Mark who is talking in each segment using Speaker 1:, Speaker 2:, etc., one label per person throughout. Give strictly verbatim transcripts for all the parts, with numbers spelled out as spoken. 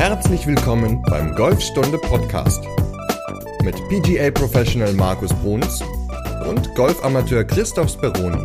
Speaker 1: Herzlich willkommen beim Golfstunde Podcast mit P G A-Professional Markus Bruns und Golfamateur Christoph Speroni.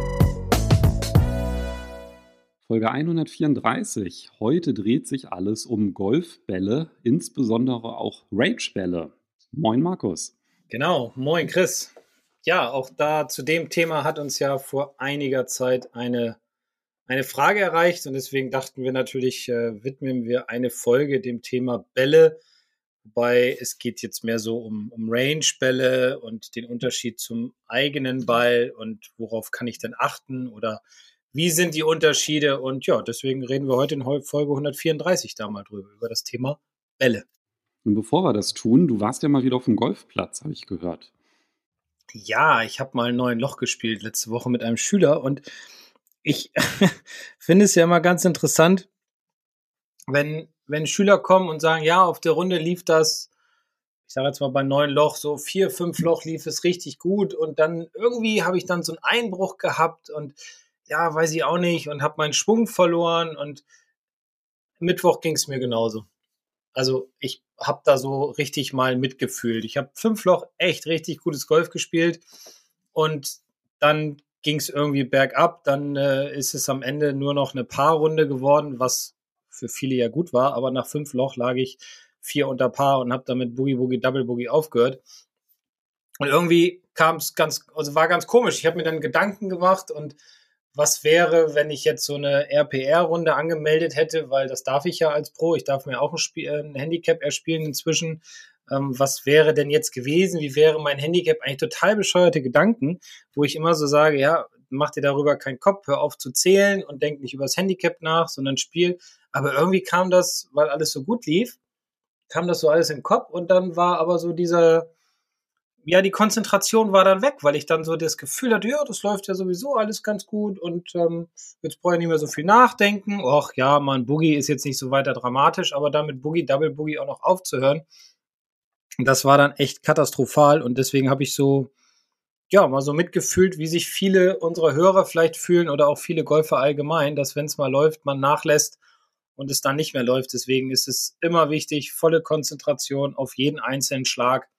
Speaker 2: Folge hundertvierunddreißig. Heute dreht sich alles um Golfbälle, insbesondere auch Rangebälle. Moin Markus.
Speaker 3: Genau, moin Chris. Ja, auch da zu dem Thema hat uns ja vor einiger Zeit eine, eine Frage erreicht und deswegen dachten wir natürlich, äh, widmen wir eine Folge dem Thema Bälle, wobei es geht jetzt mehr so um, um Rangebälle und den Unterschied zum eigenen Ball und worauf kann ich denn achten oder wie sind die Unterschiede und ja, deswegen reden wir heute in Folge hundertvierunddreißig da mal drüber, über das Thema Bälle.
Speaker 2: Und bevor wir das tun, du warst ja mal wieder auf dem Golfplatz, habe ich gehört.
Speaker 3: Ja, ich habe mal ein neues Loch gespielt letzte Woche mit einem Schüler und ich finde es ja immer ganz interessant, wenn, wenn Schüler kommen und sagen, ja, auf der Runde lief das, ich sage jetzt mal bei neun Loch, so vier, fünf Loch lief es richtig gut und dann irgendwie habe ich dann so einen Einbruch gehabt und ja, weiß ich auch nicht und habe meinen Schwung verloren und Mittwoch ging es mir genauso. Also ich habe da so richtig mal mitgefühlt. Ich habe fünf Loch echt richtig gutes Golf gespielt und dann ging es irgendwie bergab. Dann äh, ist es am Ende nur noch eine Paarrunde geworden, was für viele ja gut war. Aber nach fünf Loch lag ich vier unter Paar und habe damit Boogie Boogie Double Boogie aufgehört. Und irgendwie kam es ganz, also war ganz komisch. Ich habe mir dann Gedanken gemacht und was wäre, wenn ich jetzt so eine R P R-Runde angemeldet hätte, weil das darf ich ja als Pro, ich darf mir auch ein, Spiel, ein Handicap erspielen inzwischen. Ähm, was wäre denn jetzt gewesen? Wie wäre mein Handicap? Eigentlich total bescheuerte Gedanken, wo ich immer so sage, ja, mach dir darüber keinen Kopf, hör auf zu zählen und denk nicht über das Handicap nach, sondern spiel. Aber irgendwie kam das, weil alles so gut lief, kam das so alles im Kopf und dann war aber so dieser... Ja, die Konzentration war dann weg, weil ich dann so das Gefühl hatte, ja, das läuft ja sowieso alles ganz gut und ähm, jetzt brauche ich nicht mehr so viel nachdenken. Och ja, mein Boogie ist jetzt nicht so weiter dramatisch, aber damit Boogie, Double Boogie auch noch aufzuhören, das war dann echt katastrophal und deswegen habe ich so, ja, mal so mitgefühlt, wie sich viele unserer Hörer vielleicht fühlen oder auch viele Golfer allgemein, dass wenn es mal läuft, man nachlässt und es dann nicht mehr läuft. Deswegen ist es immer wichtig, volle Konzentration auf jeden einzelnen Schlag.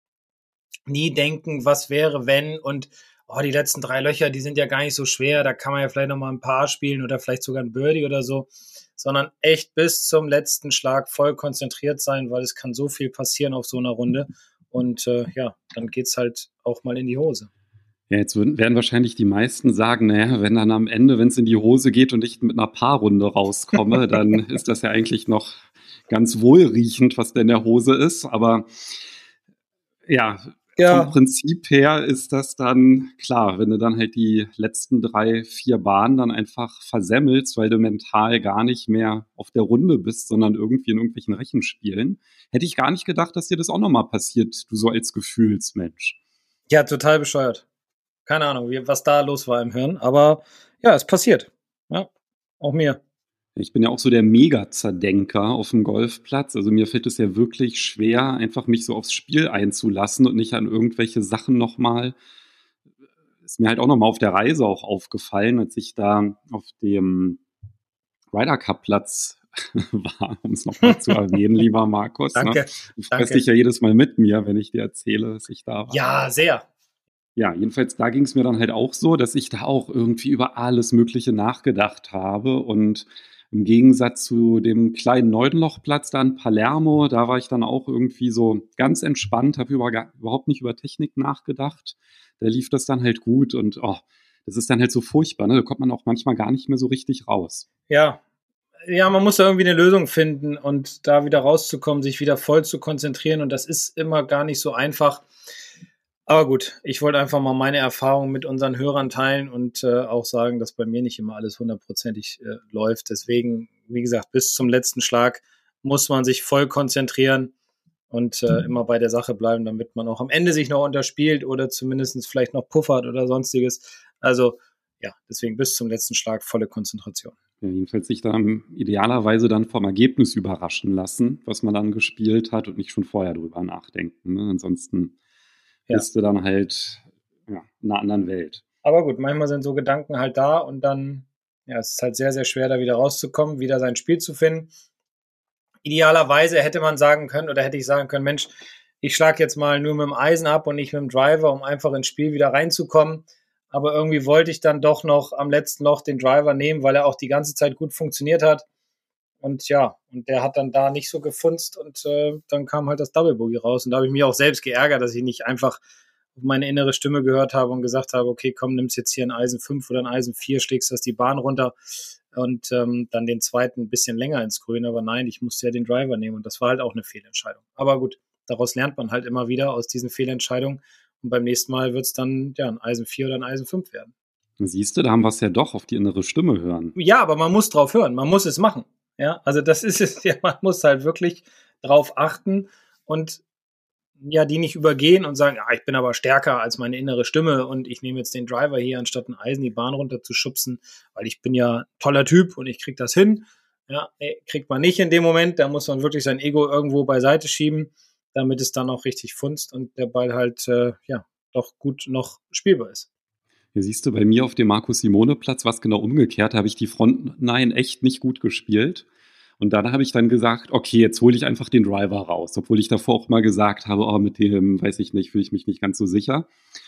Speaker 3: Nie denken, was wäre, wenn und oh, die letzten drei Löcher, die sind ja gar nicht so schwer, da kann man ja vielleicht nochmal ein Paar spielen oder vielleicht sogar ein Birdie oder so, sondern echt bis zum letzten Schlag voll konzentriert sein, weil es kann so viel passieren auf so einer Runde und äh, ja, dann geht's halt auch mal in die Hose.
Speaker 2: Ja, jetzt würden, werden wahrscheinlich die meisten sagen, naja, wenn dann am Ende, wenn es in die Hose geht und ich mit einer Paarrunde rauskomme, dann ist das ja eigentlich noch ganz wohlriechend, was da in der Hose ist, aber ja, Ja. Vom Prinzip her ist das dann klar, wenn du dann halt die letzten drei, vier Bahnen dann einfach versemmelst, weil du mental gar nicht mehr auf der Runde bist, sondern irgendwie in irgendwelchen Rechenspielen. Hätte ich gar nicht gedacht, dass dir das auch nochmal passiert, du so als Gefühlsmensch.
Speaker 3: Ja, total bescheuert. Keine Ahnung, wie, was da los war im Hirn, aber ja, es passiert. Ja, auch mir.
Speaker 2: Ich bin ja auch so der Mega-Zerdenker auf dem Golfplatz. Also mir fällt es ja wirklich schwer, einfach mich so aufs Spiel einzulassen und nicht an irgendwelche Sachen nochmal. Ist mir halt auch nochmal auf der Reise auch aufgefallen, als ich da auf dem Ryder Cup-Platz war, um es nochmal zu erwähnen, lieber Markus.
Speaker 3: Danke,
Speaker 2: ne? Du
Speaker 3: danke.
Speaker 2: freust dich ja jedes Mal mit mir, wenn ich dir erzähle, dass ich da war.
Speaker 3: Ja, sehr.
Speaker 2: Ja, jedenfalls da ging es mir dann halt auch so, dass ich da auch irgendwie über alles Mögliche nachgedacht habe und im Gegensatz zu dem kleinen Neudenlochplatz da in Palermo, da war ich dann auch irgendwie so ganz entspannt, habe über, überhaupt nicht über Technik nachgedacht. Da lief das dann halt gut und oh, das ist dann halt so furchtbar, ne? Da kommt man auch manchmal gar nicht mehr so richtig raus.
Speaker 3: Ja, ja, man muss da irgendwie eine Lösung finden und da wieder rauszukommen, sich wieder voll zu konzentrieren und das ist immer gar nicht so einfach. Aber gut, ich wollte einfach mal meine Erfahrungen mit unseren Hörern teilen und äh, auch sagen, dass bei mir nicht immer alles hundertprozentig äh, läuft. Deswegen, wie gesagt, bis zum letzten Schlag muss man sich voll konzentrieren und äh, immer bei der Sache bleiben, damit man auch am Ende sich noch unterspielt oder zumindest vielleicht noch puffert oder sonstiges. Also ja, deswegen bis zum letzten Schlag volle Konzentration.
Speaker 2: Ja, jedenfalls sich dann idealerweise dann vom Ergebnis überraschen lassen, was man dann gespielt hat und nicht schon vorher drüber nachdenken. Ne? Ansonsten ja. Bist du dann halt ja, in einer anderen Welt.
Speaker 3: Aber gut, manchmal sind so Gedanken halt da und dann, ja, es ist halt sehr, sehr schwer, da wieder rauszukommen, wieder sein Spiel zu finden. idealerweise hätte man sagen können oder hätte ich sagen können, Mensch, ich schlage jetzt mal nur mit dem Eisen ab und nicht mit dem Driver, um einfach ins Spiel wieder reinzukommen. Aber irgendwie wollte ich dann doch noch am letzten Loch den Driver nehmen, weil er auch die ganze Zeit gut funktioniert hat. Und ja, und der hat dann da nicht so gefunzt und äh, dann kam halt das Double Bogey raus. Und da habe ich mich auch selbst geärgert, dass ich nicht einfach auf meine innere Stimme gehört habe und gesagt habe, okay, komm, nimmst jetzt hier ein Eisen fünf oder ein Eisen vier, schlägst das die Bahn runter und ähm, dann den zweiten ein bisschen länger ins Grün. Aber nein, ich musste ja den Driver nehmen und das war halt auch eine Fehlentscheidung. Aber gut, daraus lernt man halt immer wieder aus diesen Fehlentscheidungen. Und beim nächsten Mal wird es dann ja ein Eisen vier oder ein Eisen fünf werden.
Speaker 2: Siehst du, da haben wir es ja doch, auf die innere Stimme hören.
Speaker 3: Ja, aber man muss drauf hören, man muss es machen. Ja, also das ist es ja, man muss halt wirklich drauf achten und ja, die nicht übergehen und sagen, ja, ich bin aber stärker als meine innere Stimme und ich nehme jetzt den Driver hier, anstatt ein Eisen die Bahn runter zu schubsen, weil ich bin ja ein toller Typ und ich krieg das hin. Ja, nee, kriegt man nicht in dem Moment, da muss man wirklich sein Ego irgendwo beiseite schieben, damit es dann auch richtig funzt und der Ball halt, äh, ja, doch gut noch spielbar ist.
Speaker 2: Hier siehst du, bei mir auf dem Markus-Simone-Platz war es genau umgekehrt. Da habe ich die Front Nine echt nicht gut gespielt. Und dann habe ich dann gesagt, okay, jetzt hole ich einfach den Driver raus. Obwohl ich davor auch mal gesagt habe, oh, mit dem, weiß ich nicht, fühle ich mich nicht ganz so sicher.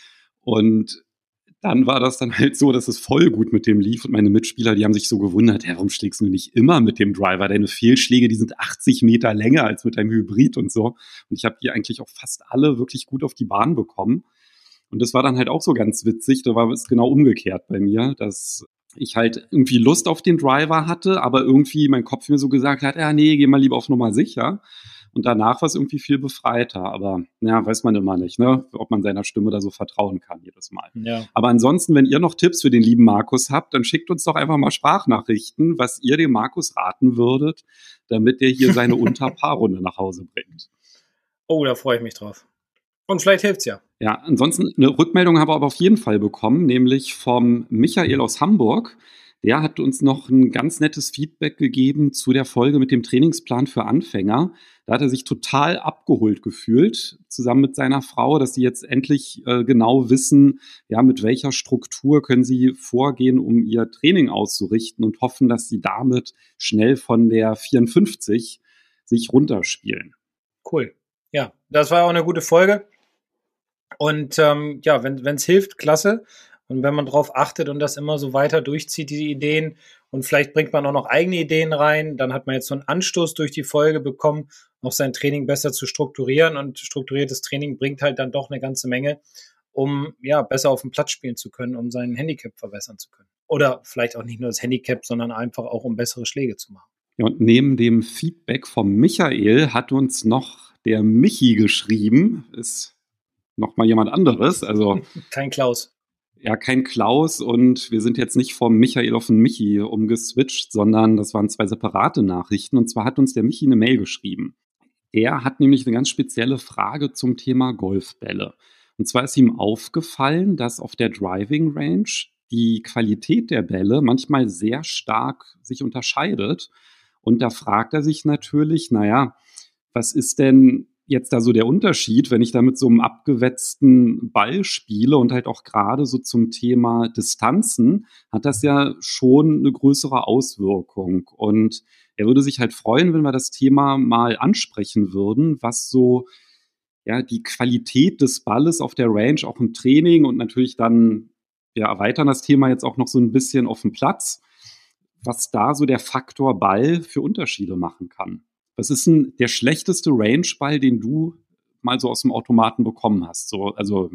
Speaker 2: Und dann war das dann halt so, dass es voll gut mit dem lief. Und meine Mitspieler, die haben sich so gewundert, ja, warum schlägst du nicht immer mit dem Driver? Deine Fehlschläge, die sind achtzig Meter länger als mit einem Hybrid und so. Und ich habe die eigentlich auch fast alle wirklich gut auf die Bahn bekommen. Und das war dann halt auch so ganz witzig, da war es genau umgekehrt bei mir, dass ich halt irgendwie Lust auf den Driver hatte, aber irgendwie mein Kopf mir so gesagt hat, ja nee, geh mal lieber auf Nummer sicher. Und danach war es irgendwie viel befreiter, aber ja, weiß man immer nicht, ne, ob man seiner Stimme da so vertrauen kann jedes Mal.
Speaker 3: Ja.
Speaker 2: Aber ansonsten, wenn ihr noch Tipps für den lieben Markus habt, dann schickt uns doch einfach mal Sprachnachrichten, was ihr dem Markus raten würdet, damit er hier seine Unterpaarrunde nach Hause bringt.
Speaker 3: Oh, da freue ich mich drauf. Und vielleicht hilft's ja.
Speaker 2: Ja, ansonsten eine Rückmeldung haben wir aber auf jeden Fall bekommen, nämlich vom Michael aus Hamburg. Der hat uns noch ein ganz nettes Feedback gegeben zu der Folge mit dem Trainingsplan für Anfänger. Da hat er sich total abgeholt gefühlt, zusammen mit seiner Frau, dass sie jetzt endlich äh, genau wissen, ja, mit welcher Struktur können sie vorgehen, um ihr Training auszurichten und hoffen, dass sie damit schnell von der vierundfünfzig sich runterspielen.
Speaker 3: Cool. Ja, das war auch eine gute Folge. Und ähm, ja, wenn es hilft, klasse. Und wenn man drauf achtet und das immer so weiter durchzieht, diese Ideen, und vielleicht bringt man auch noch eigene Ideen rein, dann hat man jetzt so einen Anstoß durch die Folge bekommen, auch sein Training besser zu strukturieren. Und strukturiertes Training bringt halt dann doch eine ganze Menge, um ja besser auf dem Platz spielen zu können, um seinen Handicap verbessern zu können. Oder vielleicht auch nicht nur das Handicap, sondern einfach auch, um bessere Schläge zu machen.
Speaker 2: Ja, und neben dem Feedback vom Michael hat uns noch der Michi geschrieben, ist noch mal jemand anderes, also
Speaker 3: kein Klaus.
Speaker 2: Ja, kein Klaus, und wir sind jetzt nicht vom Michael auf den Michi umgeswitcht, sondern das waren zwei separate Nachrichten. Und zwar hat uns der Michi eine Mail geschrieben. Er hat nämlich eine ganz spezielle Frage zum Thema Golfbälle. Und zwar ist ihm aufgefallen, dass auf der Driving Range die Qualität der Bälle manchmal sehr stark sich unterscheidet. Und da fragt er sich natürlich, naja, was ist denn jetzt da so der Unterschied, wenn ich da mit so einem abgewetzten Ball spiele und halt auch gerade so zum Thema Distanzen, hat das ja schon eine größere Auswirkung. Und er würde sich halt freuen, wenn wir das Thema mal ansprechen würden, was so ja die Qualität des Balles auf der Range auch im Training und natürlich dann, wir erweitern das Thema jetzt auch noch so ein bisschen auf dem Platz, was da so der Faktor Ball für Unterschiede machen kann. Was ist denn der schlechteste Range-Ball, den du mal so aus dem Automaten bekommen hast? So, also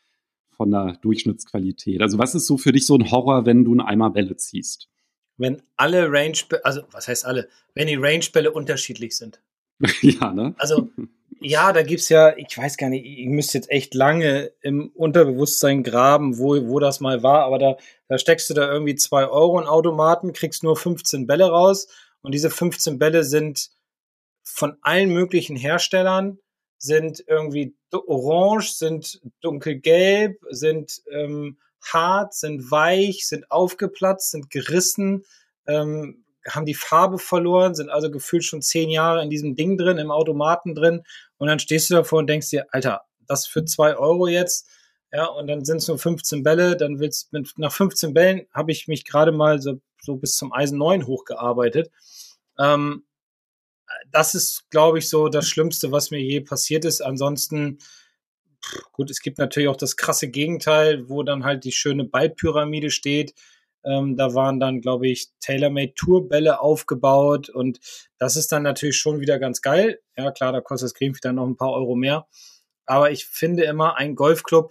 Speaker 2: von der Durchschnittsqualität. Also was ist so für dich so ein Horror, wenn du einen Eimer Bälle ziehst?
Speaker 3: Wenn alle Range, also was heißt alle? Wenn die Range-Bälle unterschiedlich sind.
Speaker 2: Ja, ne?
Speaker 3: Also ja, da gibt's ja, ich weiß gar nicht, ich müsste jetzt echt lange im Unterbewusstsein graben, wo, wo das mal war, aber da, da steckst du da irgendwie zwei Euro in Automaten, kriegst nur fünfzehn Bälle raus und diese fünfzehn Bälle sind von allen möglichen Herstellern, sind irgendwie orange, sind dunkelgelb, sind ähm, hart, sind weich, sind aufgeplatzt, sind gerissen, ähm, haben die Farbe verloren, sind also gefühlt schon zehn Jahre in diesem Ding drin, im Automaten drin, und dann stehst du davor und denkst dir, Alter, das für zwei Euro jetzt, ja, und dann sind es nur fünfzehn Bälle, dann willst mit, nach fünfzehn Bällen habe ich mich gerade mal so, so bis zum Eisen neun hochgearbeitet. Ähm, das ist, glaube ich, so das Schlimmste, was mir je passiert ist. Ansonsten, gut, es gibt natürlich auch das krasse Gegenteil, wo dann halt die schöne Ballpyramide steht. Ähm, da waren dann, glaube ich, Tailor-Made Tourbälle aufgebaut und das ist dann natürlich schon wieder ganz geil. Ja, klar, da kostet das Greenfee dann noch ein paar Euro mehr. Aber ich finde immer, ein Golfclub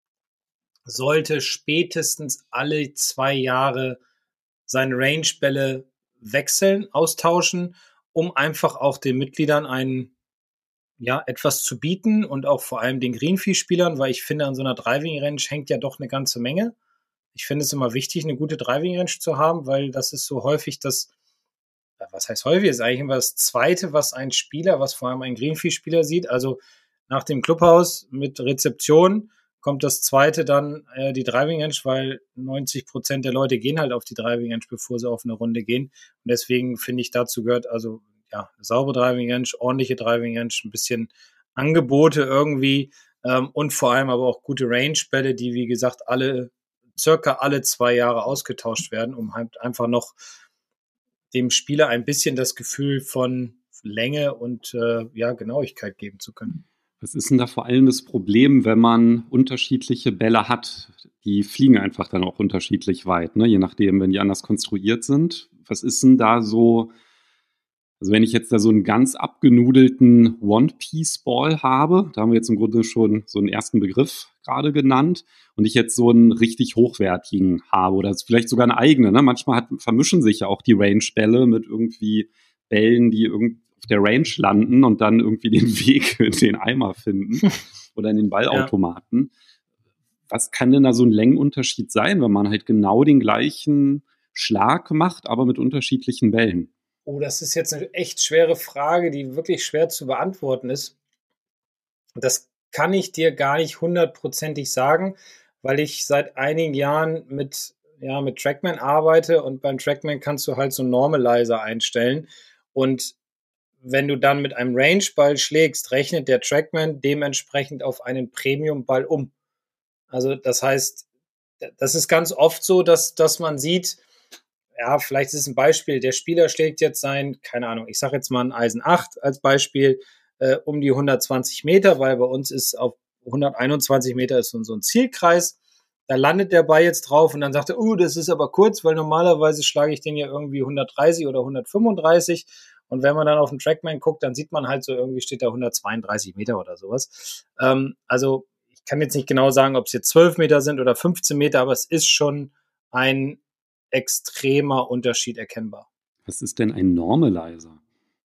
Speaker 3: sollte spätestens alle zwei Jahre seine Range-Bälle wechseln, austauschen, um einfach auch den Mitgliedern einen, ja, etwas zu bieten und auch vor allem den Greenfee-Spielern, weil ich finde, an so einer Driving-Range hängt ja doch eine ganze Menge. Ich finde es immer wichtig, eine gute Driving-Range zu haben, weil das ist so häufig das, was heißt häufig, ist eigentlich immer das Zweite, was ein Spieler, was vor allem ein Greenfee-Spieler sieht. Also nach dem Clubhaus mit Rezeption kommt das Zweite dann äh, die Driving-Range, weil neunzig Prozent der Leute gehen halt auf die Driving-Range, bevor sie auf eine Runde gehen. Und deswegen finde ich, dazu gehört also ja eine saubere Driving-Range, ordentliche Driving-Range, ein bisschen Angebote irgendwie ähm, und vor allem aber auch gute Range-Bälle, die, wie gesagt, alle circa alle zwei Jahre ausgetauscht werden, um halt einfach noch dem Spieler ein bisschen das Gefühl von Länge und äh, ja, Genauigkeit geben zu können.
Speaker 2: Was ist denn da vor allem das Problem, wenn man unterschiedliche Bälle hat? Die fliegen einfach dann auch unterschiedlich weit, ne? Je nachdem, wenn die anders konstruiert sind. Was ist denn da so, also wenn ich jetzt da so einen ganz abgenudelten One-Piece-Ball habe, da haben wir jetzt im Grunde schon so einen ersten Begriff gerade genannt, und ich jetzt so einen richtig hochwertigen habe oder vielleicht sogar eine eigene, ne? Manchmal hat, vermischen sich ja auch die Range-Bälle mit irgendwie Bällen, die irgendwie auf der Range landen und dann irgendwie den Weg in den Eimer finden oder in den Ballautomaten. Ja. Was kann denn da so ein Längenunterschied sein, wenn man halt genau den gleichen Schlag macht, aber mit unterschiedlichen Bällen?
Speaker 3: Oh, das ist jetzt eine echt schwere Frage, die wirklich schwer zu beantworten ist. Das kann ich dir gar nicht hundertprozentig sagen, weil ich seit einigen Jahren mit, ja, mit Trackman arbeite und beim Trackman kannst du halt so einen Normalizer einstellen und wenn du dann mit einem Range-Ball schlägst, rechnet der Trackman dementsprechend auf einen Premium-Ball um. Also das heißt, das ist ganz oft so, dass, dass man sieht, ja, vielleicht ist es ein Beispiel, der Spieler schlägt jetzt sein, keine Ahnung, ich sage jetzt mal ein Eisen acht als Beispiel, äh, um die hundertzwanzig Meter, weil bei uns ist auf hunderteinundzwanzig Meter ist so, so ein Zielkreis. Da landet der Ball jetzt drauf und dann sagt er, oh, uh, das ist aber kurz, weil normalerweise schlage ich den ja irgendwie hundertdreißig oder hundertfünfunddreißig. Und wenn man dann auf den Trackman guckt, dann sieht man halt so, irgendwie steht da hundertzweiunddreißig Meter oder sowas. Ähm, also ich kann jetzt nicht genau sagen, ob es jetzt zwölf Meter sind oder fünfzehn Meter, aber es ist schon ein extremer Unterschied erkennbar.
Speaker 2: Was ist denn ein Normalizer?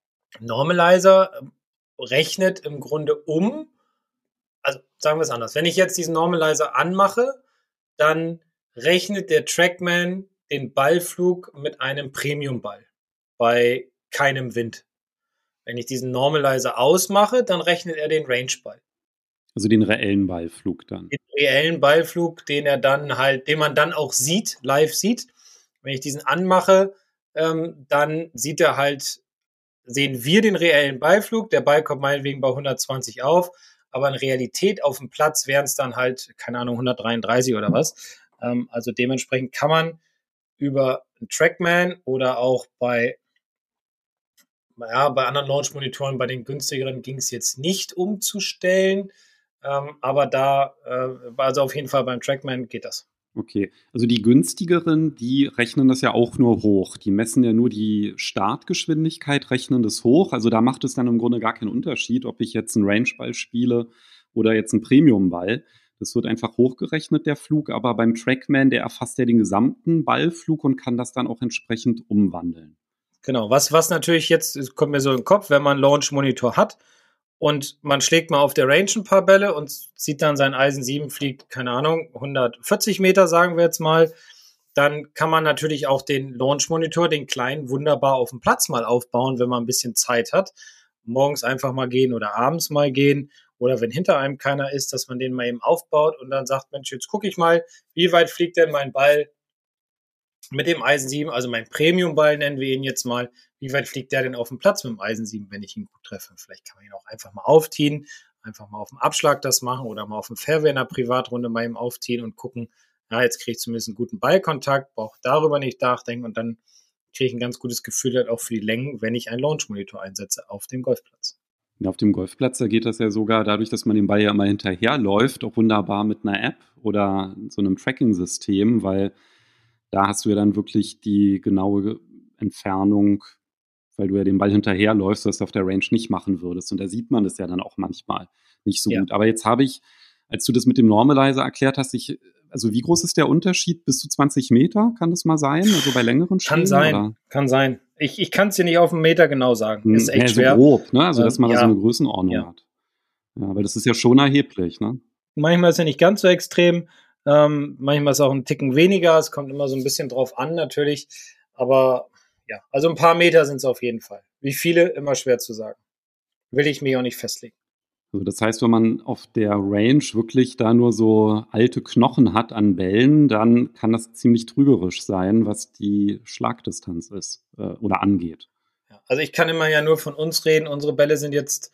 Speaker 3: Normalizer rechnet im Grunde um, also sagen wir es anders, wenn ich jetzt diesen Normalizer anmache, dann rechnet der Trackman den Ballflug mit einem Premium-Ball bei keinem Wind. Wenn ich diesen Normalizer ausmache, dann rechnet er den Range-Ball.
Speaker 2: Also den reellen Ballflug dann.
Speaker 3: Den reellen Ballflug, den er dann halt, den man dann auch sieht, live sieht. Wenn ich diesen anmache, ähm, dann sieht er halt, sehen wir den reellen Ballflug. Der Ball kommt meinetwegen bei hundertzwanzig auf, aber in Realität auf dem Platz wären es dann halt, keine Ahnung, hundertdreiunddreißig oder was. Ähm, also dementsprechend kann man über einen Trackman oder auch bei Ja, bei anderen Launch-Monitoren, bei den günstigeren ging es jetzt nicht umzustellen, ähm, aber da, äh, also auf jeden Fall beim Trackman geht das.
Speaker 2: Okay, also die günstigeren, die rechnen das ja auch nur hoch. Die messen ja nur die Startgeschwindigkeit, rechnen das hoch. Also da macht es dann im Grunde gar keinen Unterschied, ob ich jetzt einen Range-Ball spiele oder jetzt einen Premium-Ball. Das wird einfach hochgerechnet, der Flug, aber beim Trackman, der erfasst ja den gesamten Ballflug und kann das dann auch entsprechend umwandeln.
Speaker 3: Genau, was, was natürlich jetzt, es kommt mir so in den Kopf, wenn man einen Launch-Monitor hat und man schlägt mal auf der Range ein paar Bälle und sieht dann, sein Eisen sieben fliegt, keine Ahnung, hundertvierzig Meter, sagen wir jetzt mal, dann kann man natürlich auch den Launch-Monitor, den kleinen, wunderbar auf dem Platz mal aufbauen, wenn man ein bisschen Zeit hat. Morgens einfach mal gehen oder abends mal gehen oder wenn hinter einem keiner ist, dass man den mal eben aufbaut und dann sagt, Mensch, jetzt gucke ich mal, wie weit fliegt denn mein Ball mit dem Eisen sieben, also mein Premium-Ball nennen wir ihn jetzt mal, wie weit fliegt der denn auf dem Platz mit dem Eisen sieben, wenn ich ihn gut treffe? Vielleicht kann man ihn auch einfach mal aufziehen, einfach mal auf dem Abschlag das machen oder mal auf dem Fairway in einer Privatrunde mal eben aufziehen und gucken, ja, jetzt kriege ich zumindest einen guten Ballkontakt, brauche darüber nicht nachdenken und dann kriege ich ein ganz gutes Gefühl halt auch für die Längen, wenn ich einen Launch-Monitor einsetze auf dem Golfplatz.
Speaker 2: Ja, auf dem Golfplatz, da geht das ja sogar dadurch, dass man den Ball ja immer hinterherläuft, auch wunderbar mit einer App oder so einem Tracking-System, weil da hast du ja dann wirklich die genaue Entfernung, weil du ja den Ball hinterherläufst, was du auf der Range nicht machen würdest. Und da sieht man das ja dann auch manchmal nicht so
Speaker 3: Ja.
Speaker 2: gut. Aber jetzt habe ich, als du das mit dem Normalizer erklärt hast, ich, also wie groß ist der Unterschied? Bis zu zwanzig Meter kann das mal sein? Also bei längeren Schlägen?
Speaker 3: Kann sein,
Speaker 2: oder?
Speaker 3: kann sein. Ich, ich kann es dir nicht auf einen Meter genau sagen. Ist echt
Speaker 2: ja, so
Speaker 3: schwer.
Speaker 2: grob, ne? Also dass man
Speaker 3: Ähm,
Speaker 2: da so
Speaker 3: ja.
Speaker 2: eine Größenordnung
Speaker 3: Ja.
Speaker 2: hat. Ja, weil das ist ja schon erheblich, ne?
Speaker 3: Manchmal ist er nicht ganz so extrem. Ähm, manchmal ist es auch ein Ticken weniger. Es kommt immer so ein bisschen drauf an, natürlich. Aber ja, also ein paar Meter sind es auf jeden Fall. Wie viele, immer schwer zu sagen. Will ich mich auch nicht festlegen.
Speaker 2: Also das heißt, wenn man auf der Range wirklich da nur so alte Knochen hat an Bällen, dann kann das ziemlich trügerisch sein, was die Schlagdistanz ist äh, oder angeht.
Speaker 3: Ja, also ich kann immer ja nur von uns reden. Unsere Bälle sind jetzt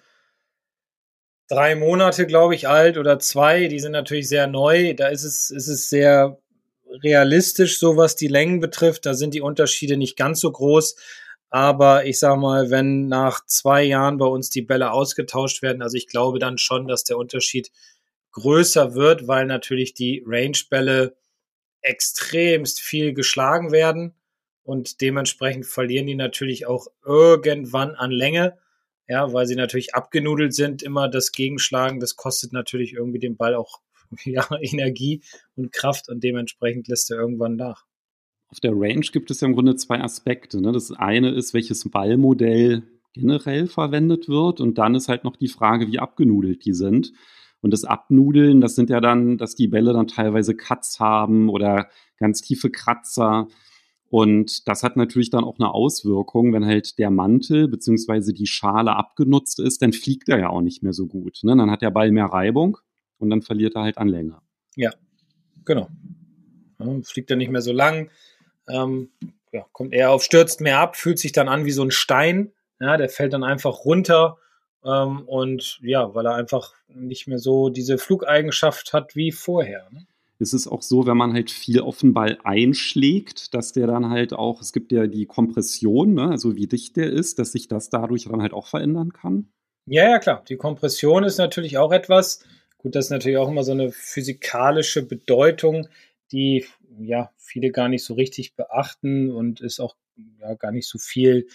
Speaker 3: drei Monate, glaube ich, alt oder zwei. Die sind natürlich sehr neu. Da ist es, ist es sehr realistisch, so was die Längen betrifft. Da sind die Unterschiede nicht ganz so groß. Aber ich sag mal, wenn nach zwei Jahren bei uns die Bälle ausgetauscht werden, also ich glaube dann schon, dass der Unterschied größer wird, weil natürlich die Range-Bälle extremst viel geschlagen werden und dementsprechend verlieren die natürlich auch irgendwann an Länge, ja, weil sie natürlich abgenudelt sind. Immer das Gegenschlagen, das kostet natürlich irgendwie den Ball auch ja, Energie und Kraft und dementsprechend lässt er irgendwann nach.
Speaker 2: Auf der Range gibt es ja im Grunde zwei Aspekte. Ne? Das eine ist, welches Ballmodell generell verwendet wird. Und dann ist halt noch die Frage, wie abgenudelt die sind. Und das Abnudeln, das sind ja dann, dass die Bälle dann teilweise Cuts haben oder ganz tiefe Kratzer. Und das hat natürlich dann auch eine Auswirkung, wenn halt der Mantel bzw. die Schale abgenutzt ist, dann fliegt er ja auch nicht mehr so gut. Ne? Dann hat der Ball mehr Reibung und dann verliert er halt an Länge.
Speaker 3: Ja, genau. Ja, fliegt er nicht mehr so lang. Ähm, ja, kommt eher auf, stürzt mehr ab, fühlt sich dann an wie so ein Stein. Ja, der fällt dann einfach runter. Ähm, und ja, weil er einfach nicht mehr so diese Flugeigenschaft hat wie vorher. Ne?
Speaker 2: Ist es auch so, wenn man halt viel auf den Ball einschlägt, dass der dann halt auch, es gibt ja die Kompression, ne, also wie dicht der ist, dass sich das dadurch dann halt auch verändern kann?
Speaker 3: Ja, ja, klar. Die Kompression ist natürlich auch etwas. Gut, das ist natürlich auch immer so eine physikalische Bedeutung, die ja viele gar nicht so richtig beachten und ist auch ja gar nicht so viel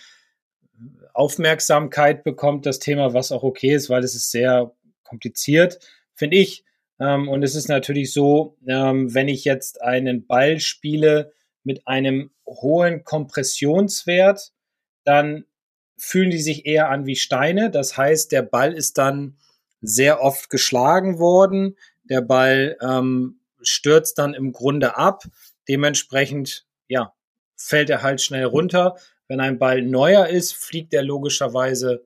Speaker 3: Aufmerksamkeit bekommt, das Thema, was auch okay ist, weil es ist sehr kompliziert, finde ich. Ähm, und es ist natürlich so, ähm, wenn ich jetzt einen Ball spiele mit einem hohen Kompressionswert, dann fühlen die sich eher an wie Steine. Das heißt, der Ball ist dann sehr oft geschlagen worden. Der Ball ähm, stürzt dann im Grunde ab. Dementsprechend, ja, fällt er halt schnell runter. Wenn ein Ball neuer ist, fliegt er logischerweise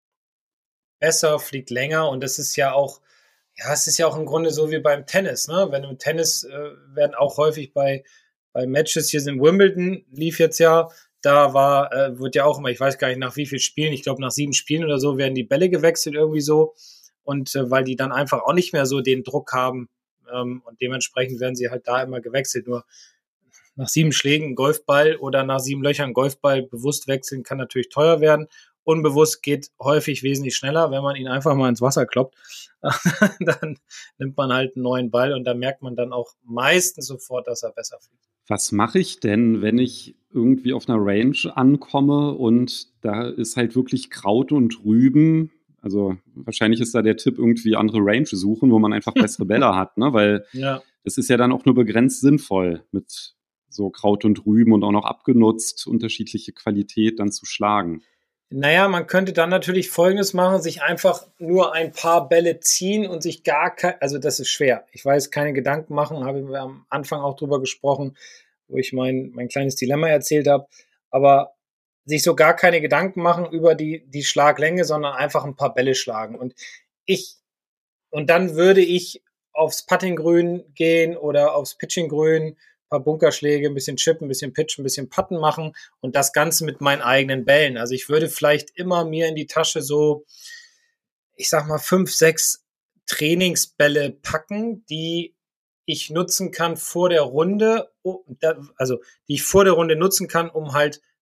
Speaker 3: besser, fliegt länger. Und das ist ja auch, ja, es ist ja auch im Grunde so wie beim Tennis. Ne? Wenn im Tennis äh, werden auch häufig bei, bei Matches, hier in Wimbledon lief jetzt ja, da war, äh, wird ja auch immer, ich weiß gar nicht nach wie viel Spielen, ich glaube nach sieben Spielen oder so, werden die Bälle gewechselt irgendwie so. Und äh, weil die dann einfach auch nicht mehr so den Druck haben ähm, und dementsprechend werden sie halt da immer gewechselt. Nur nach sieben Schlägen einen Golfball oder nach sieben Löchern einen Golfball bewusst wechseln kann natürlich teuer werden. Unbewusst geht häufig wesentlich schneller, wenn man ihn einfach mal ins Wasser kloppt. Dann nimmt man halt einen neuen Ball und da merkt man dann auch meistens sofort, dass er besser fliegt.
Speaker 2: Was mache ich denn, wenn ich irgendwie auf einer Range ankomme und da ist halt wirklich Kraut und Rüben? Also wahrscheinlich ist da der Tipp, irgendwie andere Range suchen, wo man einfach bessere Bälle hat, ne? Weil
Speaker 3: ja.
Speaker 2: Das ist ja dann auch nur begrenzt sinnvoll, mit so Kraut und Rüben und auch noch abgenutzt, unterschiedliche Qualität dann zu schlagen.
Speaker 3: Naja, man könnte dann natürlich Folgendes machen, sich einfach nur ein paar Bälle ziehen und sich gar kein, also das ist schwer. Ich weiß, keine Gedanken machen, habe wir am Anfang auch drüber gesprochen, wo ich mein, mein kleines Dilemma erzählt habe, aber sich so gar keine Gedanken machen über die, die Schlaglänge, sondern einfach ein paar Bälle schlagen. Und ich, und dann würde ich aufs Puttinggrün gehen oder aufs Pitchinggrün, ein paar Bunkerschläge, ein bisschen Chip, ein bisschen Pitch, ein bisschen Putten machen und das Ganze mit meinen eigenen Bällen. Also ich würde vielleicht immer mir in die Tasche so, ich sag mal, fünf, sechs Trainingsbälle packen, die ich nutzen kann vor der Runde, also die ich vor der Runde nutzen kann, um halt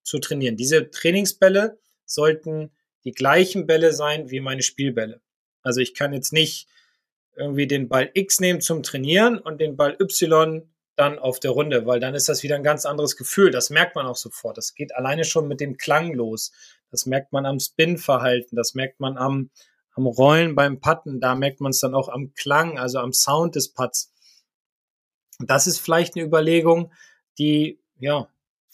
Speaker 3: zu trainieren. Diese Trainingsbälle sollten die gleichen Bälle sein wie meine Spielbälle. Also ich kann jetzt nicht irgendwie den Ball X nehmen zum Trainieren und den Ball Y dann auf der Runde, weil dann ist das wieder ein ganz anderes Gefühl. Das merkt man auch sofort. Das geht alleine schon mit dem Klang los. Das merkt man am Spin-Verhalten, das merkt man am, am Rollen beim Putten, da merkt man es dann auch am Klang, also am Sound des Putts. Das ist vielleicht eine Überlegung, die, ja,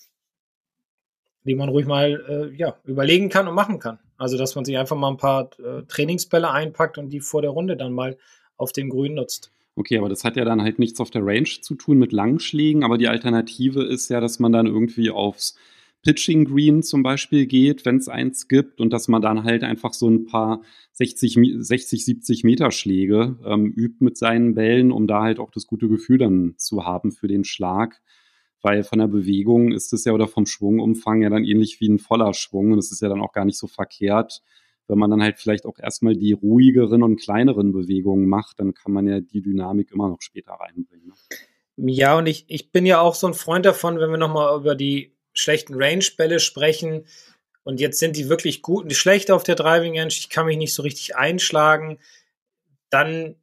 Speaker 3: die man ruhig mal äh, ja, überlegen kann und machen kann. Also, dass man sich einfach mal ein paar äh, Trainingsbälle einpackt und die vor der Runde dann mal auf dem Grün nutzt.
Speaker 2: Okay, aber das hat ja dann halt nichts auf der Range zu tun mit Langschlägen, aber die Alternative ist ja, dass man dann irgendwie aufs Pitching Green zum Beispiel geht, wenn es eins gibt, und dass man dann halt einfach so ein paar sechzig, siebzig Meter Schläge ähm, übt mit seinen Bällen, um da halt auch das gute Gefühl dann zu haben für den Schlag. Weil von der Bewegung ist es ja, oder vom Schwungumfang ja dann ähnlich wie ein voller Schwung, und es ist ja dann auch gar nicht so verkehrt, wenn man dann halt vielleicht auch erstmal die ruhigeren und kleineren Bewegungen macht, dann kann man ja die Dynamik immer noch später reinbringen. Ne?
Speaker 3: Ja, und ich, ich bin ja auch so ein Freund davon, wenn wir nochmal über die schlechten Range-Bälle sprechen, und jetzt sind die wirklich gut und die schlecht auf der Driving Range, ich kann mich nicht so richtig einschlagen, dann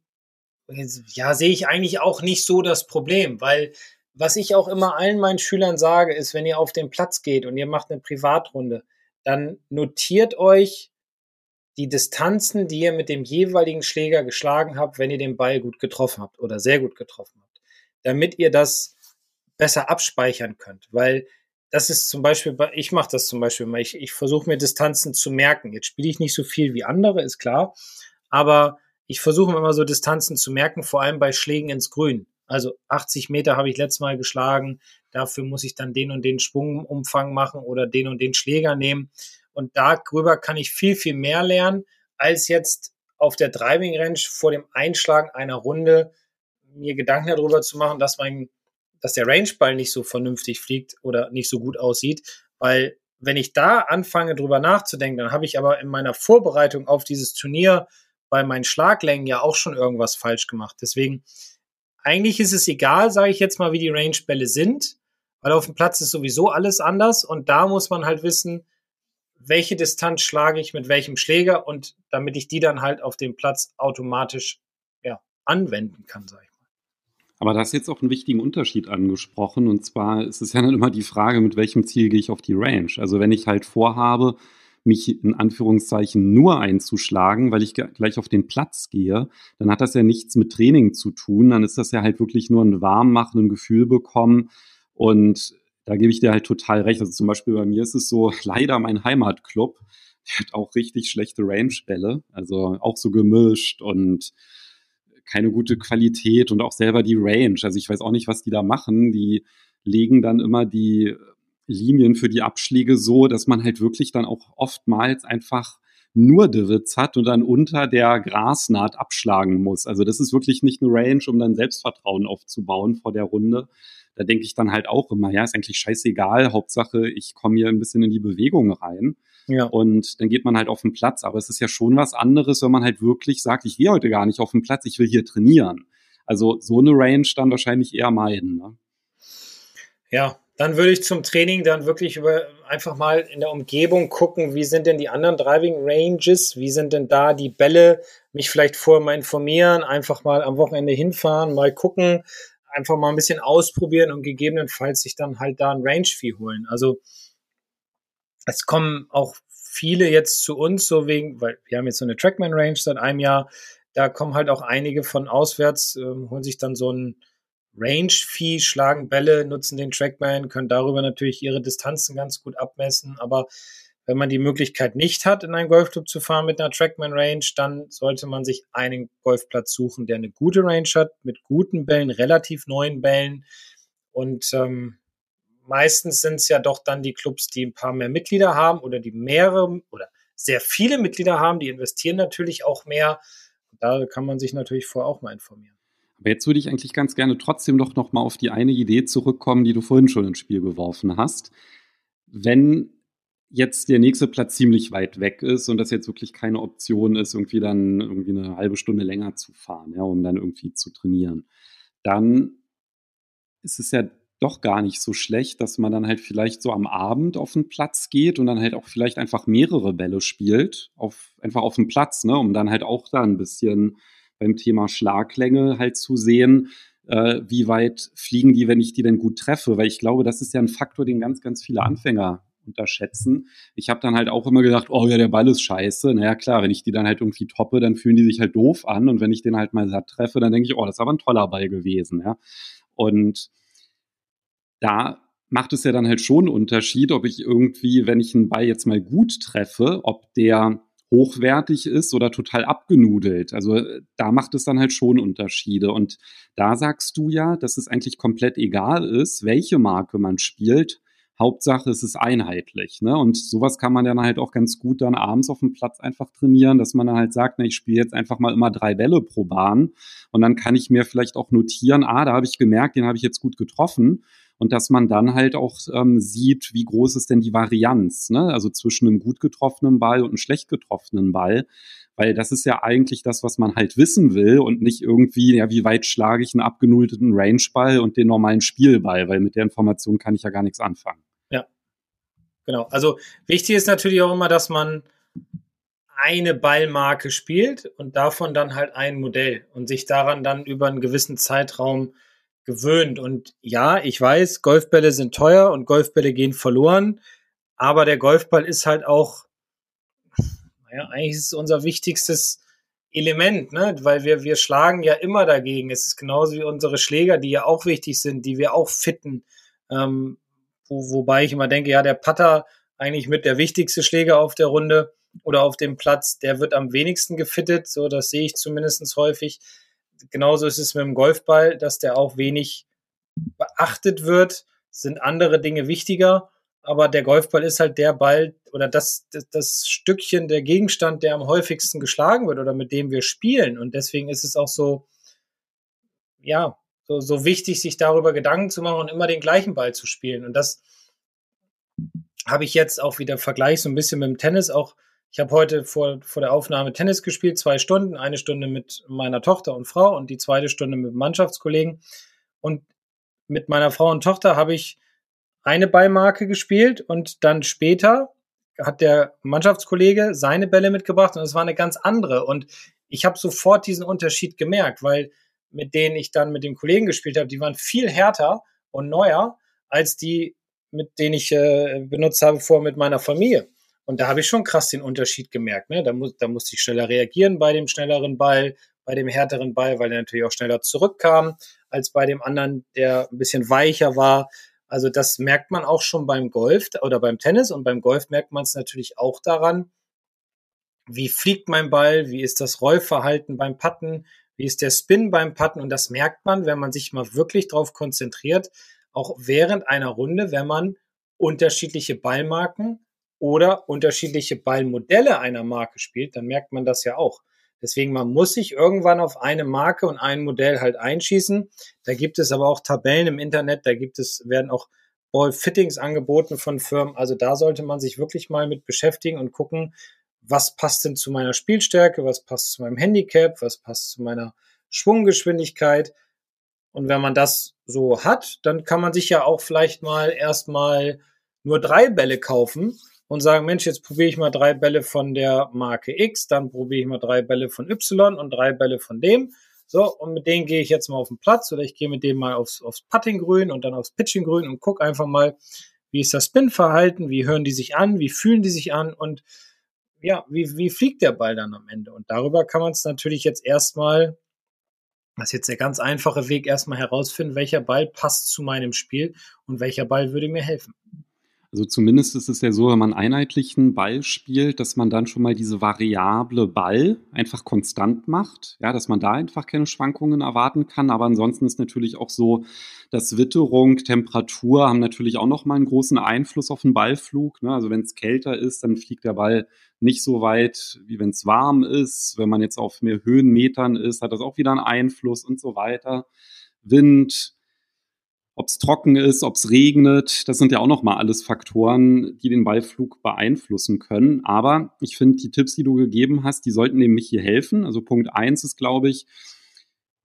Speaker 3: ja, sehe ich eigentlich auch nicht so das Problem, weil was ich auch immer allen meinen Schülern sage, ist, wenn ihr auf den Platz geht und ihr macht eine Privatrunde, dann notiert euch die Distanzen, die ihr mit dem jeweiligen Schläger geschlagen habt, wenn ihr den Ball gut getroffen habt oder sehr gut getroffen habt, damit ihr das besser abspeichern könnt, weil das ist zum Beispiel, ich mache das zum Beispiel mal, ich, ich versuche mir Distanzen zu merken. Jetzt spiele ich nicht so viel wie andere, ist klar, aber ich versuche mir immer so Distanzen zu merken, vor allem bei Schlägen ins Grün. Also achtzig Meter habe ich letztes Mal geschlagen, dafür muss ich dann den und den Schwungumfang machen oder den und den Schläger nehmen. Und darüber kann ich viel, viel mehr lernen, als jetzt auf der Driving Range vor dem Einschlagen einer Runde mir Gedanken darüber zu machen, dass mein, dass der Rangeball nicht so vernünftig fliegt oder nicht so gut aussieht. Weil wenn ich da anfange, drüber nachzudenken, dann habe ich aber in meiner Vorbereitung auf dieses Turnier bei meinen Schlaglängen ja auch schon irgendwas falsch gemacht. Deswegen, eigentlich ist es egal, sage ich jetzt mal, wie die Rangebälle sind, weil auf dem Platz ist sowieso alles anders und da muss man halt wissen, welche Distanz schlage ich mit welchem Schläger, und damit ich die dann halt auf dem Platz automatisch ja, anwenden kann, sage ich mal.
Speaker 2: Aber da hast jetzt auch einen wichtigen Unterschied angesprochen, und zwar ist es ja dann immer die Frage, mit welchem Ziel gehe ich auf die Range. Also wenn ich halt vorhabe, mich in Anführungszeichen nur einzuschlagen, weil ich gleich auf den Platz gehe, dann hat das ja nichts mit Training zu tun, dann ist das ja halt wirklich nur ein Warmmachen, ein Gefühl bekommen, und da gebe ich dir halt total recht. Also zum Beispiel bei mir ist es so, leider mein Heimatclub, der hat auch richtig schlechte Rangebälle, also auch so gemischt und keine gute Qualität und auch selber die Range. Also ich weiß auch nicht, was die da machen. Die legen dann immer die Linien für die Abschläge so, dass man halt wirklich dann auch oftmals einfach nur Divots hat und dann unter der Grasnaht abschlagen muss. Also das ist wirklich nicht eine Range, um dann Selbstvertrauen aufzubauen vor der Runde. Da denke ich dann halt auch immer, ja, ist eigentlich scheißegal, Hauptsache ich komme hier ein bisschen in die Bewegung rein. Ja. Und dann geht man halt auf den Platz. Aber es ist ja schon was anderes, wenn man halt wirklich sagt, ich gehe heute gar nicht auf den Platz, ich will hier trainieren. Also so eine Range dann wahrscheinlich eher meiden. Ne?
Speaker 3: Ja, dann würde ich zum Training dann wirklich über einfach mal in der Umgebung gucken, wie sind denn die anderen Driving Ranges, wie sind denn da die Bälle, mich vielleicht vorher mal informieren, einfach mal am Wochenende hinfahren, mal gucken, einfach mal ein bisschen ausprobieren und gegebenenfalls sich dann halt da ein Range-Fee holen. Also es kommen auch viele jetzt zu uns, so wegen, weil wir haben jetzt so eine Trackman-Range seit einem Jahr, da kommen halt auch einige von auswärts, äh, holen sich dann so ein Range-Fee, schlagen Bälle, nutzen den Trackman, können darüber natürlich ihre Distanzen ganz gut abmessen, aber wenn man die Möglichkeit nicht hat, in einen Golfclub zu fahren mit einer Trackman-Range, dann sollte man sich einen Golfplatz suchen, der eine gute Range hat, mit guten Bällen, relativ neuen Bällen, und ähm, meistens sind es ja doch dann die Clubs, die ein paar mehr Mitglieder haben oder die mehrere oder sehr viele Mitglieder haben, die investieren natürlich auch mehr. Da kann man sich natürlich vorher auch mal informieren.
Speaker 2: Aber jetzt würde ich eigentlich ganz gerne trotzdem doch noch mal auf die eine Idee zurückkommen, die du vorhin schon ins Spiel geworfen hast. Wenn jetzt der nächste Platz ziemlich weit weg ist und das jetzt wirklich keine Option ist, irgendwie dann irgendwie eine halbe Stunde länger zu fahren, ja, um dann irgendwie zu trainieren, dann ist es ja doch gar nicht so schlecht, dass man dann halt vielleicht so am Abend auf den Platz geht und dann halt auch vielleicht einfach mehrere Bälle spielt, auf, einfach auf dem Platz, ne, um dann halt auch da ein bisschen beim Thema Schlaglänge halt zu sehen, äh, wie weit fliegen die, wenn ich die denn gut treffe, weil ich glaube, das ist ja ein Faktor, den ganz, ganz viele Anfänger unterschätzen. Ich habe dann halt auch immer gedacht, oh ja, der Ball ist scheiße. Naja, klar, wenn ich die dann halt irgendwie toppe, dann fühlen die sich halt doof an und wenn ich den halt mal satt treffe, dann denke ich, oh, das ist aber ein toller Ball gewesen, ja. Und da macht es ja dann halt schon einen Unterschied, ob ich irgendwie, wenn ich einen Ball jetzt mal gut treffe, ob der hochwertig ist oder total abgenudelt. Also da macht es dann halt schon Unterschiede. Und da sagst du ja, dass es eigentlich komplett egal ist, welche Marke man spielt. Hauptsache, es ist einheitlich. Ne? Und sowas kann man dann halt auch ganz gut dann abends auf dem Platz einfach trainieren, dass man dann halt sagt, ne, ich spiele jetzt einfach mal immer drei Bälle pro Bahn. Und dann kann ich mir vielleicht auch notieren, ah, da habe ich gemerkt, den habe ich jetzt gut getroffen. Und dass man dann halt auch ähm, sieht, wie groß ist denn die Varianz, ne? Also zwischen einem gut getroffenen Ball und einem schlecht getroffenen Ball. Weil das ist ja eigentlich das, was man halt wissen will und nicht irgendwie, ja, wie weit schlage ich einen abgenuddelten Rangeball und den normalen Spielball, weil mit der Information kann ich ja gar nichts anfangen.
Speaker 3: Ja, genau. Also wichtig ist natürlich auch immer, dass man eine Ballmarke spielt und davon dann halt ein Modell und sich daran dann über einen gewissen Zeitraum gewöhnt. Und ja, ich weiß, Golfbälle sind teuer und Golfbälle gehen verloren, aber der Golfball ist halt auch, naja, eigentlich ist es unser wichtigstes Element, ne? Weil wir, wir schlagen ja immer dagegen. Es ist genauso wie unsere Schläger, die ja auch wichtig sind, die wir auch fitten. Ähm, wo, wobei ich immer denke, ja, der Putter eigentlich mit der wichtigste Schläger auf der Runde oder auf dem Platz, der wird am wenigsten gefittet. So, das sehe ich zumindest häufig. Genauso ist es mit dem Golfball, dass der auch wenig beachtet wird, sind andere Dinge wichtiger, aber der Golfball ist halt der Ball oder das, das, das Stückchen, der Gegenstand, der am häufigsten geschlagen wird oder mit dem wir spielen und deswegen ist es auch so, ja, so, so wichtig, sich darüber Gedanken zu machen und immer den gleichen Ball zu spielen und das habe ich jetzt auch wieder Vergleich so ein bisschen mit dem Tennis auch. Ich habe heute vor, vor der Aufnahme Tennis gespielt, zwei Stunden, eine Stunde mit meiner Tochter und Frau und die zweite Stunde mit Mannschaftskollegen. Und mit meiner Frau und Tochter habe ich eine Ballmarke gespielt und dann später hat der Mannschaftskollege seine Bälle mitgebracht und es war eine ganz andere. Und ich habe sofort diesen Unterschied gemerkt, weil mit denen ich dann mit dem Kollegen gespielt habe, die waren viel härter und neuer als die, mit denen ich äh, benutzt habe vorher mit meiner Familie. Und da habe ich schon krass den Unterschied gemerkt. Ne? Da, muss, da musste ich schneller reagieren bei dem schnelleren Ball, bei dem härteren Ball, weil der natürlich auch schneller zurückkam als bei dem anderen, der ein bisschen weicher war. Also das merkt man auch schon beim Golf oder beim Tennis. Und beim Golf merkt man es natürlich auch daran, wie fliegt mein Ball, wie ist das Rollverhalten beim Putten, wie ist der Spin beim Putten. Und das merkt man, wenn man sich mal wirklich darauf konzentriert, auch während einer Runde, wenn man unterschiedliche Ballmarken oder unterschiedliche Ballmodelle einer Marke spielt, dann merkt man das ja auch. Deswegen, man muss sich irgendwann auf eine Marke und ein Modell halt einschießen. Da gibt es aber auch Tabellen im Internet, da gibt es, werden auch Ballfittings angeboten von Firmen. Also da sollte man sich wirklich mal mit beschäftigen und gucken, was passt denn zu meiner Spielstärke, was passt zu meinem Handicap, was passt zu meiner Schwunggeschwindigkeit. Und wenn man das so hat, dann kann man sich ja auch vielleicht mal erstmal nur drei Bälle kaufen und sagen, Mensch, jetzt probiere ich mal drei Bälle von der Marke X, dann probiere ich mal drei Bälle von Y und drei Bälle von dem. So, und mit denen gehe ich jetzt mal auf den Platz oder ich gehe mit dem mal aufs, aufs Puttinggrün und dann aufs Pitchinggrün und gucke einfach mal, wie ist das Spin-Verhalten, wie hören die sich an, wie fühlen die sich an und ja, wie, wie fliegt der Ball dann am Ende? Und darüber kann man es natürlich jetzt erstmal, das ist jetzt der ganz einfache Weg, erstmal herausfinden, welcher Ball passt zu meinem Spiel und welcher Ball würde mir helfen.
Speaker 2: Also zumindest ist es ja so, wenn man einheitlichen Ball spielt, dass man dann schon mal diese Variable Ball einfach konstant macht, ja, dass man da einfach keine Schwankungen erwarten kann. Aber ansonsten ist natürlich auch so, dass Witterung, Temperatur haben natürlich auch nochmal einen großen Einfluss auf den Ballflug. Ne? Also wenn es kälter ist, dann fliegt der Ball nicht so weit, wie wenn es warm ist. Wenn man jetzt auf mehr Höhenmetern ist, hat das auch wieder einen Einfluss und so weiter. Wind, ob es trocken ist, ob es regnet, das sind ja auch nochmal alles Faktoren, die den Ballflug beeinflussen können. Aber ich finde, die Tipps, die du gegeben hast, die sollten nämlich hier helfen. Also Punkt eins ist, glaube ich,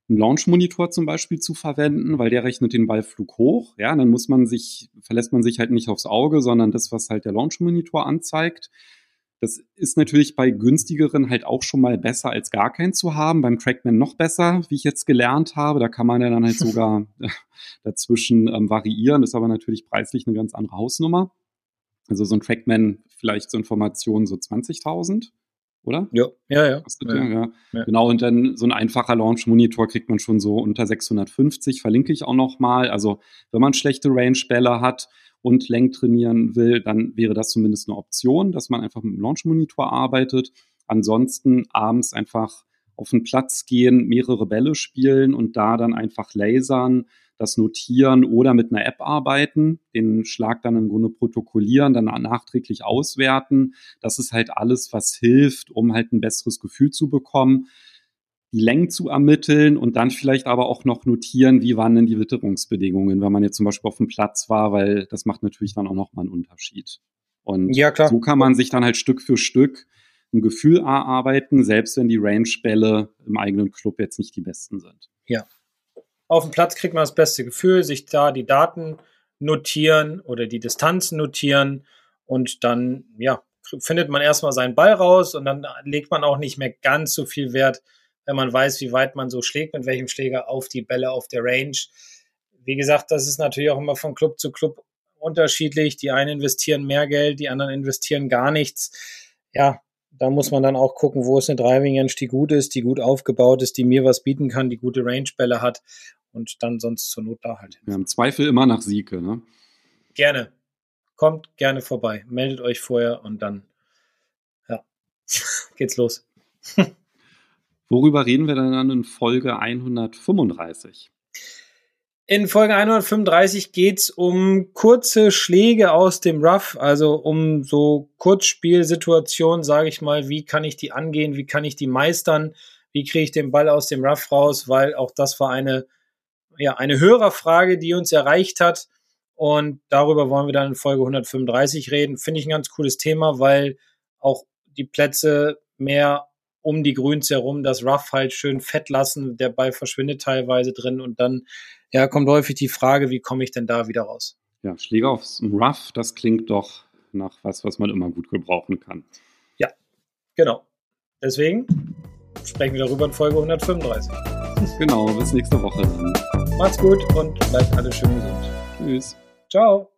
Speaker 2: einen Launch-Monitor zum Beispiel zu verwenden, weil der rechnet den Ballflug hoch. Ja, dann muss man sich, verlässt man sich halt nicht aufs Auge, sondern das, was halt der Launch-Monitor anzeigt. Das ist natürlich bei günstigeren halt auch schon mal besser als gar keinen zu haben. Beim Trackman noch besser, wie ich jetzt gelernt habe. Da kann man ja dann halt sogar dazwischen ähm, variieren. Das ist aber natürlich preislich eine ganz andere Hausnummer. Also so ein Trackman vielleicht so Informationen so zwanzigtausend, oder?
Speaker 3: Ja, ja, ja.
Speaker 2: Ja, ja. ja. Genau, und dann so ein einfacher Launch-Monitor kriegt man schon so unter sechshundertfünfzig, verlinke ich auch nochmal. Also wenn man schlechte Range-Bälle hat und Längen trainieren will, dann wäre das zumindest eine Option, dass man einfach mit dem Launch-Monitor arbeitet. Ansonsten abends einfach auf den Platz gehen, mehrere Bälle spielen und da dann einfach lasern, das notieren oder mit einer App arbeiten, den Schlag dann im Grunde protokollieren, dann nachträglich auswerten. Das ist halt alles, was hilft, um halt ein besseres Gefühl zu bekommen, die Längen zu ermitteln und dann vielleicht aber auch noch notieren, wie waren denn die Witterungsbedingungen, wenn man jetzt zum Beispiel auf dem Platz war, weil das macht natürlich dann auch nochmal einen Unterschied. Und ja, klar. So kann man sich dann halt Stück für Stück ein Gefühl erarbeiten, selbst wenn die Range-Bälle im eigenen Club jetzt nicht die besten sind.
Speaker 3: Ja. Auf dem Platz kriegt man das beste Gefühl, sich da die Daten notieren oder die Distanzen notieren und dann, ja, findet man erstmal seinen Ball raus und dann legt man auch nicht mehr ganz so viel Wert, wenn man weiß, wie weit man so schlägt, mit welchem Schläger auf die Bälle auf der Range. Wie gesagt, das ist natürlich auch immer von Club zu Club unterschiedlich. Die einen investieren mehr Geld, die anderen investieren gar nichts. Ja, da muss man dann auch gucken, wo ist eine Driving Range, die gut ist, die gut aufgebaut ist, die mir was bieten kann, die gute Range-Bälle hat und dann sonst zur Not da halt hin.
Speaker 2: Ja, im Zweifel immer nach Sieke, ne?
Speaker 3: Gerne. Kommt gerne vorbei. Meldet euch vorher und dann, ja, geht's los.
Speaker 2: Worüber reden wir dann in Folge hundertfünfunddreißig?
Speaker 3: In Folge hundertfünfunddreißig geht's um kurze Schläge aus dem Rough, also um so Kurzspielsituationen, sage ich mal, wie kann ich die angehen, wie kann ich die meistern, wie kriege ich den Ball aus dem Rough raus, weil auch das war eine, ja, eine Hörerfrage, die uns erreicht hat und darüber wollen wir dann in Folge hundertfünfunddreißig reden. Finde ich ein ganz cooles Thema, weil auch die Plätze mehr um die Grüns herum das Rough halt schön fett lassen, der Ball verschwindet teilweise drin und dann ja, kommt häufig die Frage, wie komme ich denn da wieder raus?
Speaker 2: Ja, Schläge aufs Rough, das klingt doch nach was, was man immer gut gebrauchen kann.
Speaker 3: Ja, genau. Deswegen sprechen wir darüber in Folge hundertfünfunddreißig.
Speaker 2: Genau, bis nächste Woche dann.
Speaker 3: Macht's gut und bleibt alle schön gesund.
Speaker 2: Tschüss.
Speaker 3: Ciao.